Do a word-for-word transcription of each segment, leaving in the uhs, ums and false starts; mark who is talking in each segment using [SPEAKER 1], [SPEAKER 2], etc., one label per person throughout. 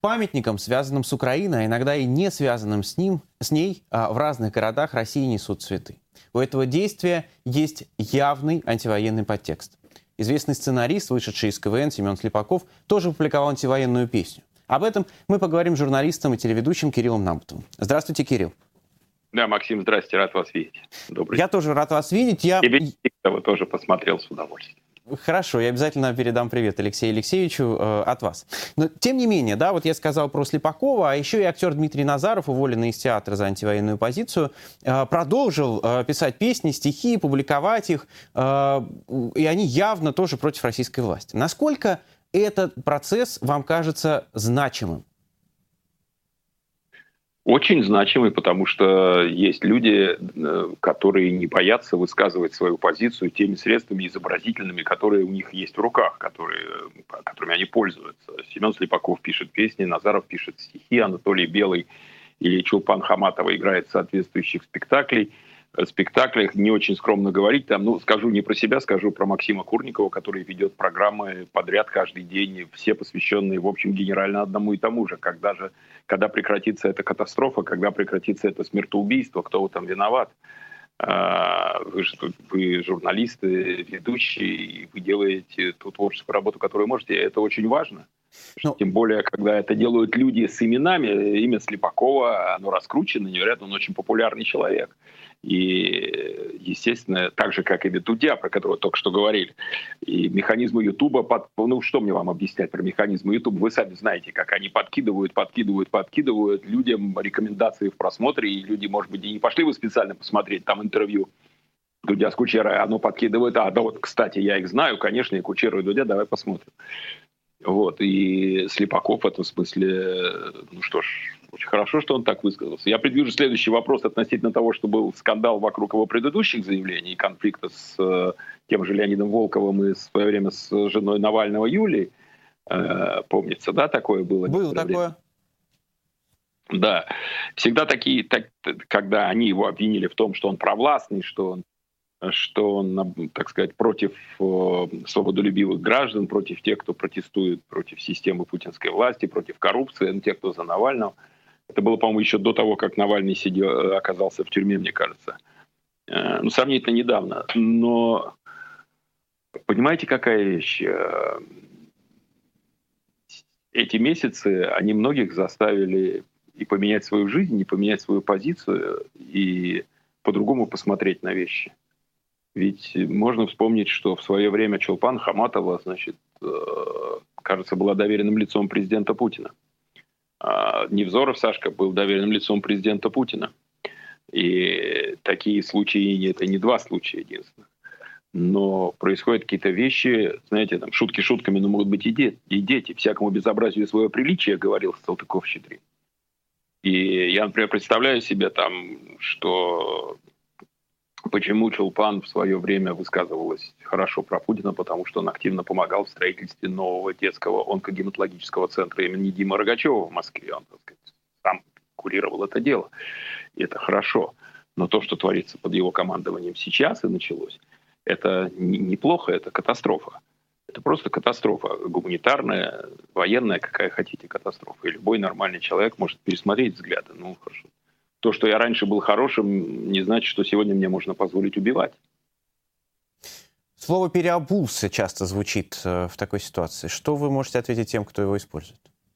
[SPEAKER 1] Памятникам, связанным с Украиной, а иногда и не связанным с, ним, с ней, в разных городах России несут цветы. У этого действия есть явный антивоенный подтекст. Известный сценарист, вышедший из ка вэ эн Семен Слепаков, тоже опубликовал антивоенную песню. Об этом мы поговорим с журналистом и телеведущим Кириллом Намутовым. Здравствуйте, Кирилл.
[SPEAKER 2] Да, Максим, здрасте, рад вас видеть. Добрый
[SPEAKER 1] Я
[SPEAKER 2] день.
[SPEAKER 1] тоже рад вас видеть. Я...
[SPEAKER 2] И вы тоже посмотрел с удовольствием.
[SPEAKER 1] Хорошо, я обязательно передам привет Алексею Алексеевичу э, от вас. Но, тем не менее, да, вот я сказал про Слепакова, а еще и актер Дмитрий Назаров, уволенный из театра за антивоенную позицию, э, продолжил э, писать песни, стихи, публиковать их, э, и они явно тоже против российской власти. Насколько этот процесс вам кажется значимым?
[SPEAKER 2] Очень значимый, потому что есть люди, которые не боятся высказывать свою позицию теми средствами изобразительными, которые у них есть в руках, которые, которыми они пользуются. Семен Слепаков пишет песни, Назаров пишет стихи, Анатолий Белый или Чулпан Хаматова играет в соответствующих спектаклей. спектаклях, не очень скромно говорить, там, ну, скажу не про себя, скажу про Максима Курникова, который ведет программы подряд каждый день, все посвященные, в общем, генерально одному и тому же. Когда же, когда прекратится эта катастрофа, когда прекратится это смертоубийство, кто там виноват? Вы же вы журналисты, ведущие, вы делаете ту творческую работу, которую можете, это очень важно. Ну, тем более, когда это делают люди с именами, имя Слепакова, оно раскручено, невероятно, он очень популярный человек. И, естественно, так же, как и Дудя, про которого только что говорили, и механизмы Ютуба, под... ну что мне вам объяснять про механизмы Ютуба, вы сами знаете, как они подкидывают, подкидывают, подкидывают людям рекомендации в просмотре, и люди, может быть, и не пошли бы специально посмотреть там интервью Дудя с Кучерой, оно подкидывает, а, да вот, кстати, я их знаю, конечно, и Кучеру, и Дудя, давай посмотрим. Вот, и Слепаков в этом смысле, ну что ж, очень хорошо, что он так высказался. Я предвижу следующий вопрос относительно того, что был скандал вокруг его предыдущих заявлений, конфликта с э, тем же Леонидом Волковым и в свое время с женой Навального Юлией. Э, помнится, да, такое было?
[SPEAKER 1] Было такое.
[SPEAKER 2] Да. Всегда такие, так, когда они его обвинили в том, что он провластный, что он что он, так сказать, против э, свободолюбивых граждан, против тех, кто протестует против системы путинской власти, против коррупции, тех, кто за Навального. Это было, по-моему, еще до того, как Навальный сидел, оказался в тюрьме, мне кажется. Э, ну, сравнительно недавно. Но понимаете, какая вещь? Э, эти месяцы, они многих заставили и поменять свою жизнь, и поменять свою позицию, и по-другому посмотреть на вещи. Ведь можно вспомнить, что в свое время Чулпан Хаматова, значит, кажется, была доверенным лицом президента Путина. А Невзоров Сашка был доверенным лицом президента Путина. И такие случаи, это не два случая единственных. Но происходят какие-то вещи, знаете, там шутки шутками, но могут быть и, де- и дети. Всякому безобразию свое приличие, говорил Салтыков-Щедрин. И я, например, представляю себе там, что... Почему Чулпан в свое время высказывалась хорошо про Путина? Потому что он активно помогал в строительстве нового детского онкогематологического центра имени Димы Рогачева в Москве. Он, так сказать, сам курировал это дело. И это хорошо. Но то, что творится под его командованием сейчас и началось, это неплохо, это катастрофа. Это просто катастрофа. Гуманитарная, военная, какая хотите катастрофа. И любой нормальный человек может пересмотреть взгляды. Ну, хорошо. То, что я раньше был хорошим, не значит, что сегодня мне можно позволить убивать.
[SPEAKER 1] Слово «переобулся» часто звучит э, в такой ситуации. Что вы можете ответить тем, кто его использует?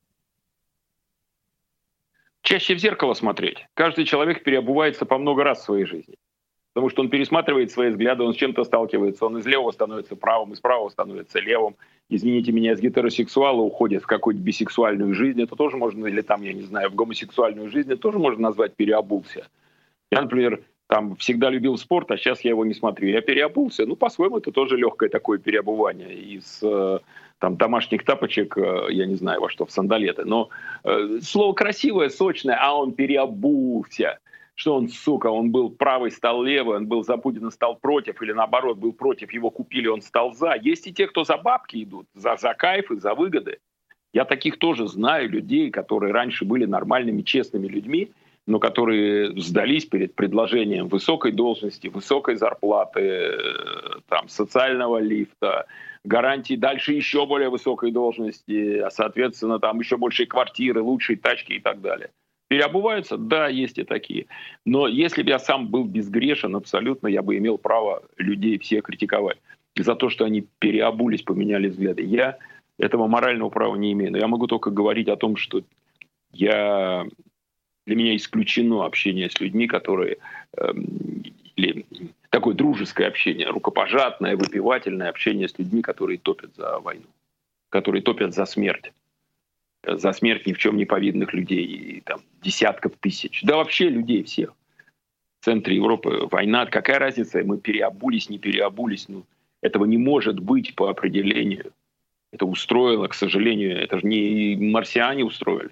[SPEAKER 2] Чаще в зеркало смотреть. Каждый человек переобувается по много раз в своей жизни. Потому что он пересматривает свои взгляды, он с чем-то сталкивается, он из левого становится правым, из правого становится левым. Извините меня, из гетеросексуала уходит в какую-то бисексуальную жизнь, это тоже можно, или там, я не знаю, в гомосексуальную жизнь, это тоже можно назвать переобулся. Я, например, там всегда любил спорт, а сейчас я его не смотрю. Я переобулся, ну, по-своему, это тоже легкое такое переобувание. Из там домашних тапочек, я не знаю во что, в сандалеты. Но э, слово красивое, сочное, а он переобулся. Что он, сука, он был правый, стал левый, он был за Путина, стал против, или наоборот, был против, его купили, он стал за. Есть и те, кто за бабки идут, за, за кайфы, за выгоды. Я таких тоже знаю, людей, которые раньше были нормальными, честными людьми, но которые сдались перед предложением высокой должности, высокой зарплаты, там, социального лифта, гарантии дальше еще более высокой должности, а, соответственно, там еще большие квартиры, лучшие тачки и так далее. Переобуваются? Да, есть и такие. Но если бы я сам был безгрешен абсолютно, я бы имел право людей всех критиковать за то, что они переобулись, поменяли взгляды. Я этого морального права не имею. Но я могу только говорить о том, что я... для меня исключено общение с людьми, которые... Э, или такое дружеское общение, рукопожатное, выпивательное общение с людьми, которые топят за войну, которые топят за смерть. За смерть ни в чем не повинных людей, и, там, десятков тысяч. Да вообще людей всех. В центре Европы война. Какая разница, мы переобулись, не переобулись. Ну, этого не может быть по определению. Это устроило, к сожалению. Это же не марсиане устроили.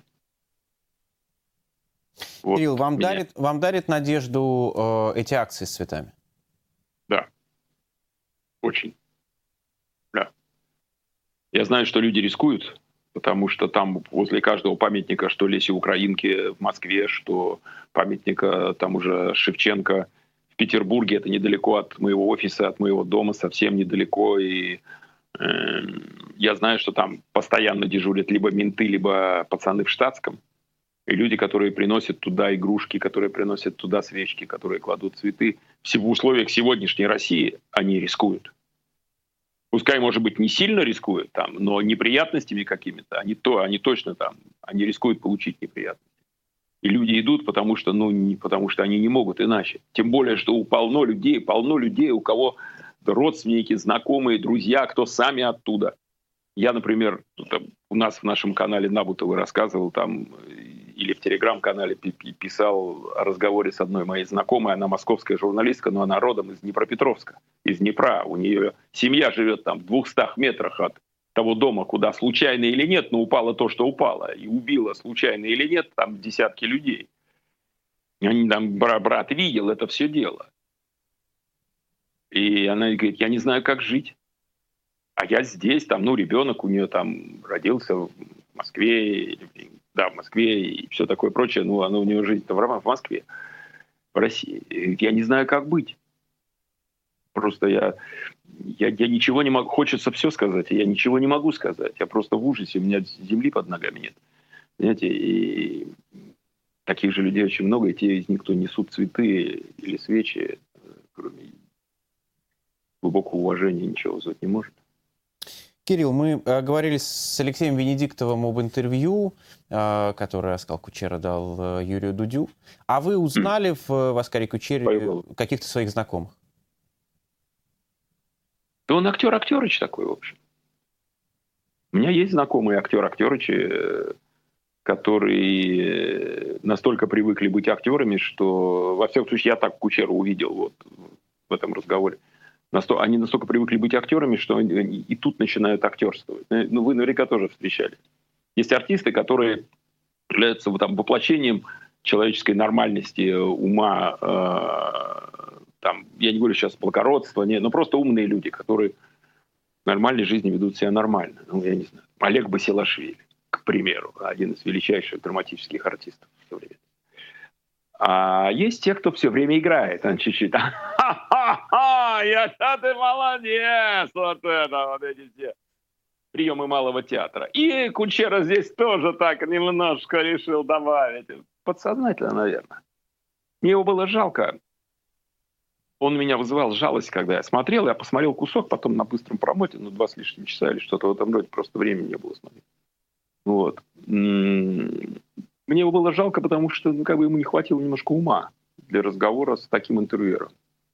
[SPEAKER 1] Вот Кирилл, вам дарит, вам дарит надежду э, эти акции с цветами?
[SPEAKER 2] Да. Очень. Да. Я знаю, что люди рискуют, потому что там возле каждого памятника, что Лесе Украинке в Москве, что памятника там уже Шевченко в Петербурге, это недалеко от моего офиса, от моего дома, совсем недалеко. И э, я знаю, что там постоянно дежурят либо менты, либо пацаны в штатском. И люди, которые приносят туда игрушки, которые приносят туда свечки, которые кладут цветы, в условиях сегодняшней России они рискуют. Пускай, может быть, не сильно рискуют, там, но неприятностями какими-то, они, то, они точно там, они рискуют получить неприятности. И люди идут, потому что, ну, не, потому что они не могут иначе. Тем более, что у полно людей, полно людей, у кого родственники, знакомые, друзья, кто сами оттуда. Я, например, там, у нас в нашем канале Набутовой рассказывал там, или в телеграм-канале писал о разговоре с одной моей знакомой, она московская журналистка, но она родом из Днепропетровска, из Днепра. У нее семья живет там в двухстах метрах от того дома, куда случайно или нет, но упало то, что упало, и убило случайно или нет, там десятки людей. Они там, брат видел это все дело. И она говорит, я не знаю, как жить. А я здесь, там, ну, ребенок у нее там родился в Москве, да, в Москве и все такое прочее. Ну, она, у нее жизнь-то в Москве, в России. И я не знаю, как быть. Просто я, я, я ничего не могу, хочется все сказать, а я ничего не могу сказать. Я просто в ужасе, у меня земли под ногами нет. Понимаете, и таких же людей очень много, и те из них, кто несут цветы или свечи, кроме глубокого уважения, ничего вызвать не может.
[SPEAKER 1] Кирилл, мы э, говорили с Алексеем Венедиктовым об интервью, э, которое Оскар Кучера дал э, Юрию Дудю. А вы узнали mm. в, в Оскаре Кучере каких-то своих знакомых?
[SPEAKER 2] Да он актер Актерыч такой, в общем. У меня есть знакомые актер Актерычи, которые настолько привыкли быть актерами, что, во всяком случае, я так Кучеру увидел вот в этом разговоре. Они настолько привыкли быть актерами, что они и тут начинают актерствовать. Ну, вы наверняка тоже встречали. Есть артисты, которые являются там, воплощением человеческой нормальности, ума, э, там, я не говорю сейчас благородства, нет, но просто умные люди, которые в нормальной жизни ведут себя нормально. Ну, я не знаю. Олег Басилашвили, к примеру, один из величайших драматических артистов современных. А есть те, кто все время играет. Он чуть-чуть там, ха-ха-ха, я, ты молодец, вот это, вот эти все приемы малого театра. И Кучера здесь тоже так немножко решил добавить. Подсознательно, наверное. Мне его было жалко. Он меня вызывал жалость, когда я смотрел. Я посмотрел кусок, потом на быстром промоте, ну, два с лишним часа или что-то в этом роде. Просто времени не было смотреть. Вот. Мне его было жалко, потому что ну, как бы ему не хватило немножко ума для разговора с таким интервьюером.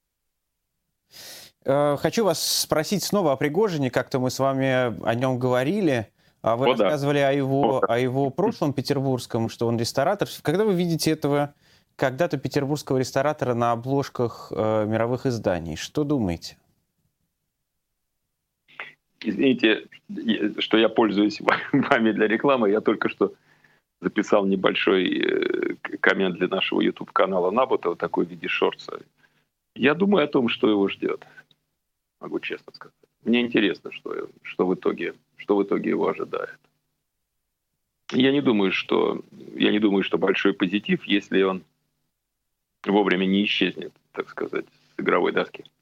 [SPEAKER 1] Хочу вас спросить снова о Пригожине. Как-то мы с вами о нем говорили. Вы о, рассказывали да. о, его, о его прошлом петербургском, что он ресторатор. Когда вы видите этого когда-то петербургского ресторатора на обложках э, мировых изданий, что думаете?
[SPEAKER 2] Извините, что я пользуюсь вами для рекламы. Я только что записал небольшой коммент для нашего YouTube-канала Набутова, такой в виде шортса. Я думаю о том, что его ждет. Могу честно сказать. Мне интересно, что, что, в, итоге, что в итоге его ожидает. Я не думаю, что, я не думаю, что большой позитив, если он вовремя не исчезнет, так сказать, с игровой доски.